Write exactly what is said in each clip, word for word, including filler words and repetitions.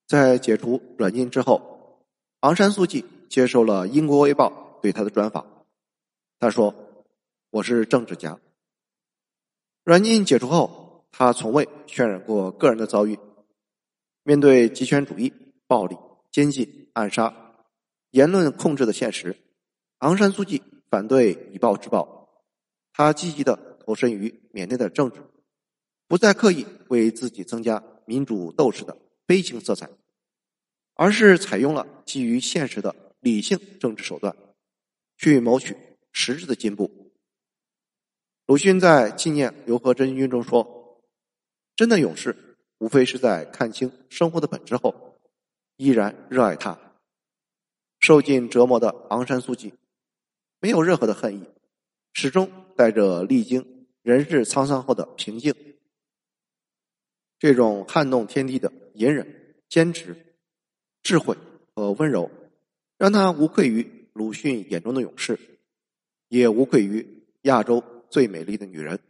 在解除软禁之后，昂山素季接受了英国卫报对他的专访。他说：“我是政治家。”软禁解除后，他从未渲染过个人的遭遇。面对极权主义、暴力、监禁、暗杀、言论控制的现实，昂山素季反对以暴制暴，他积极地投身于缅甸的政治，不再刻意为自己增加民主斗士的悲情色彩，而是采用了基于现实的理性政治手段，去谋取实质的进步。鲁迅在纪念刘和珍军中说：“真的勇士无非是在看清生活的本质后，依然热爱它。”受尽折磨的昂山素季没有任何的恨意，始终带着历经人世沧桑后的平静。这种撼动天地的隐忍、坚持、智慧和温柔，让他无愧于鲁迅眼中的勇士，也无愧于亚洲最美丽的女人。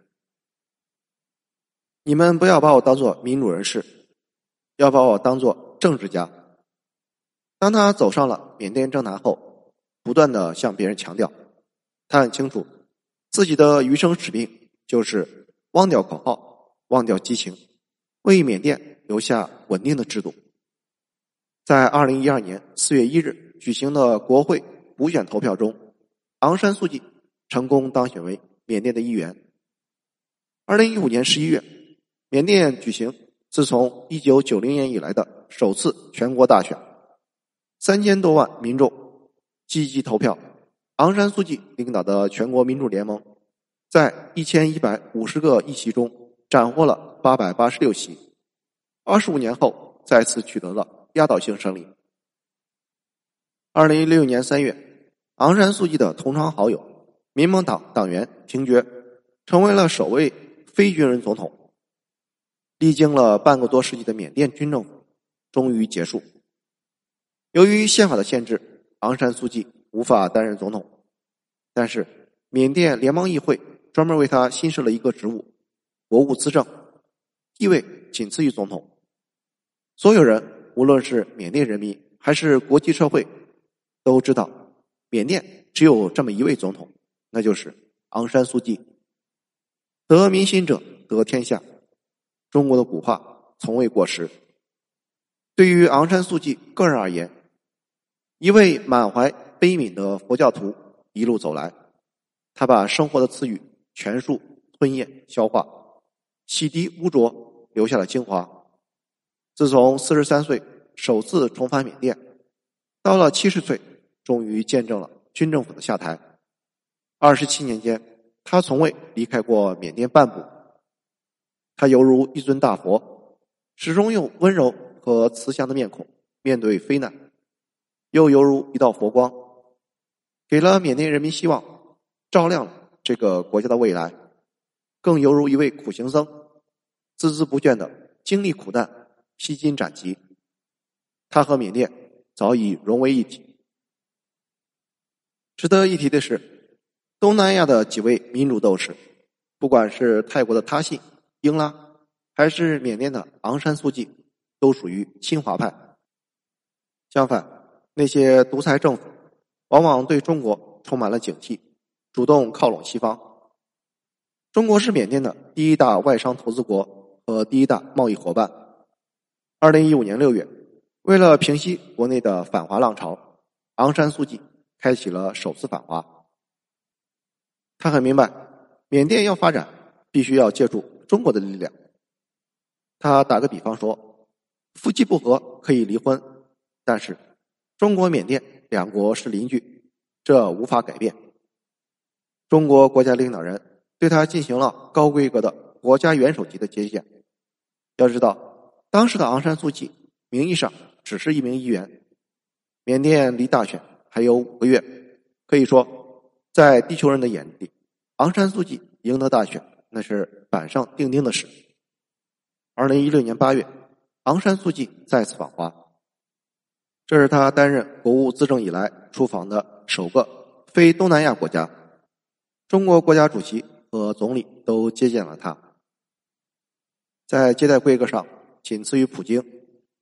你们不要把我当作民主人士，要把我当作政治家。当他走上了缅甸政坛后，不断地向别人强调，他很清楚自己的余生使命就是忘掉口号，忘掉激情，为缅甸留下稳定的制度。在二零一二年四月一日举行的国会补选投票中，昂山素季成功当选为缅甸的议员。二零一五年十一月，缅甸举行自从一九九零年以来的首次全国大选，三千多万民众积极投票，昂山素季领导的全国民主联盟在一千一百五十个议席中斩获了八百八十六席，二十五年后再次取得了压倒性胜利。二零一六年三月，昂山素季的同窗好友、民盟党党员平觉成为了首位非军人总统。历经了半个多世纪的缅甸军政府终于结束。由于宪法的限制，昂山素季无法担任总统，但是缅甸联邦议会专门为他新设了一个职务——国务资政，地位仅次于总统。所有人，无论是缅甸人民还是国际社会，都知道缅甸只有这么一位总统，那就是昂山素季。得民心者得天下，中国的古话从未过时。对于昂山素季个人而言，一位满怀悲悯的佛教徒一路走来，他把生活的赐予全数吞咽消化，洗涤污浊，留下了精华。自从四十三岁首次重返缅甸，到了七十岁终于见证了军政府的下台。二十七年间，他从未离开过缅甸半步。他犹如一尊大佛，始终用温柔和慈祥的面孔面对非难，又犹如一道佛光，给了缅甸人民希望，照亮了这个国家的未来。更犹如一位苦行僧，孜孜不倦地经历苦难，披荆斩棘。他和缅甸早已融为一体。值得一提的是，东南亚的几位民主斗士，不管是泰国的他信、英拉，还是缅甸的昂山素季，都属于亲华派。相反，那些独裁政府往往对中国充满了警惕，主动靠拢西方。中国是缅甸的第一大外商投资国和第一大贸易伙伴。二零一五年六月，为了平息国内的反华浪潮，昂山素季开启了首次反华。他很明白，缅甸要发展，必须要借助中国的力量。他打个比方说，夫妻不和可以离婚，但是中国缅甸两国是邻居，这无法改变。中国国家领导人对他进行了高规格的国家元首级的接见。要知道，当时的昂山素季名义上只是一名议员，缅甸离大选还有五个月，可以说在地球人的眼里，昂山素季赢得大选那是板上钉钉的事。二零一六年八月，昂山素季再次访华，这是他担任国务资政以来出访的首个非东南亚国家。中国国家主席和总理都接见了他，在接待规格上仅次于普京。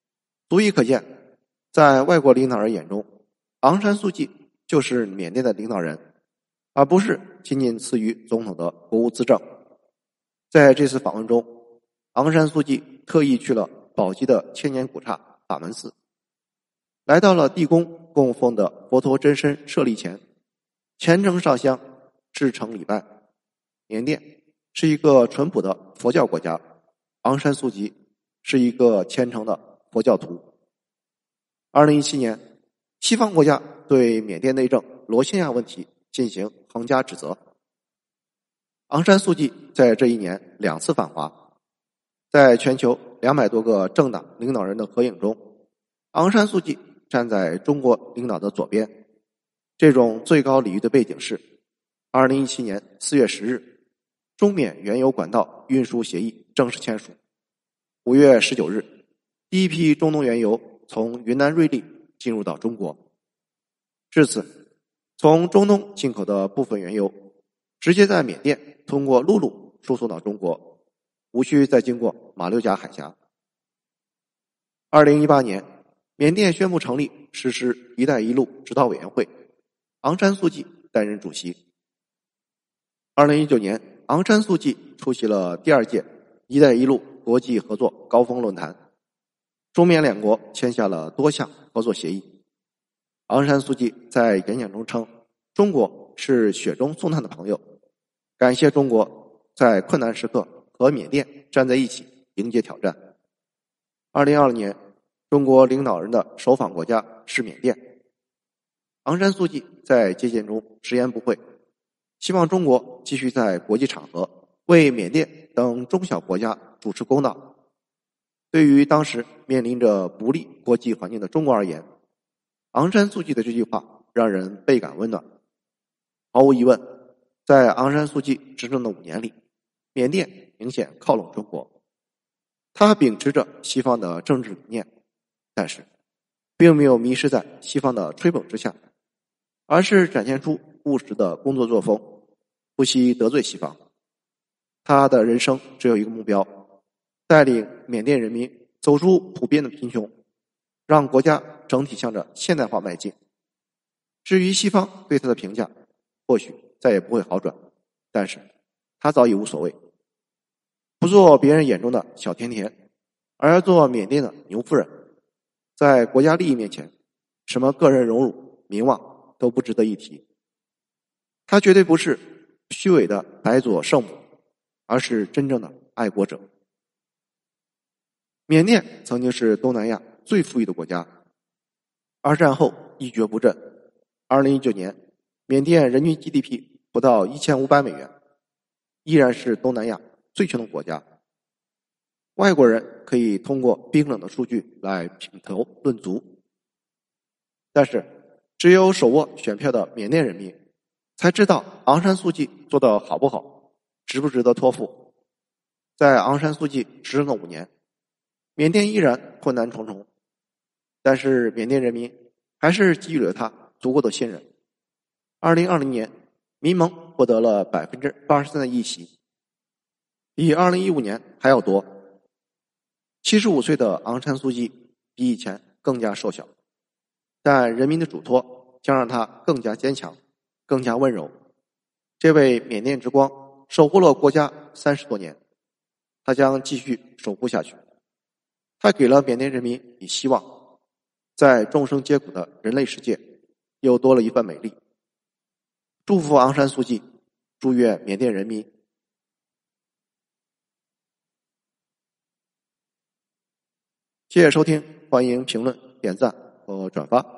足以可见，在外国领导人眼中，昂山素季就是缅甸的领导人，而不是仅仅次于总统的国务资政。在这次访问中，昂山素季特意去了宝鸡的千年古刹法门寺，来到了地宫供奉的佛陀真身舍利前，虔诚上香，至诚礼拜。缅甸是一个淳朴的佛教国家，昂山素季是一个虔诚的佛教徒。二零一七年，西方国家对缅甸内政罗兴亚问题进行横加指责。昂山素季在这一年两次访华，在全球两百多个政党领导人的合影中，昂山素季站在中国领导的左边。这种最高礼遇的背景是二零一七年四月十日，中缅原油管道运输协议正式签署。五月十九日，第一批中东原油从云南瑞丽进入到中国。至此，从中东进口的部分原油直接在缅甸通过陆路输送到中国，无需再经过马六甲海峡。二零一八年，缅甸宣布成立实施“一带一路”指导委员会，昂山素季担任主席。二零一九年，昂山素季出席了第二届“一带一路”国际合作高峰论坛，中缅两国签下了多项合作协议。昂山素季在演讲中称，中国是雪中送炭的朋友，感谢中国在困难时刻和缅甸站在一起迎接挑战。二零二零年，中国领导人的首访国家是缅甸。昂山素季在接见中直言不讳，希望中国继续在国际场合为缅甸等中小国家主持公道。对于当时面临着不利国际环境的中国而言，昂山素季的这句话让人倍感温暖。毫无疑问，在昂山素季执政的五年里，缅甸明显靠拢中国。他秉持着西方的政治理念，但是并没有迷失在西方的吹捧之下，而是展现出务实的工作作风，不惜得罪西方。他的人生只有一个目标，带领缅甸人民走出普遍的贫穷，让国家整体向着现代化迈进。至于西方对他的评价，或许再也不会好转，但是他早已无所谓。不做别人眼中的小甜甜，而要做缅甸的牛夫人。在国家利益面前，什么个人荣辱、名望都不值得一提。他绝对不是虚伪的白左圣母，而是真正的爱国者。缅甸曾经是东南亚最富裕的国家，二战后一蹶不振。二零一九年，缅甸人均 G D P 不到一千五百美元，依然是东南亚最穷的国家。外国人可以通过冰冷的数据来品头论足，但是只有手握选票的缅甸人民才知道昂山素季做得好不好，值不值得托付。在昂山素季执政的五年，缅甸依然困难重重，但是缅甸人民还是给予了他足够的信任。二零二零年，民盟获得了 百分之八十三 的议席，比二零一五年还要多。七十五岁的昂山素季比以前更加瘦小，但人民的嘱托将让他更加坚强，更加温柔。这位缅甸之光守护了国家三十多年，他将继续守护下去。他给了缅甸人民以希望，在众生皆苦的人类世界又多了一份美丽。祝福昂山素季，祝愿缅甸人民。谢谢收听，欢迎评论、点赞和转发。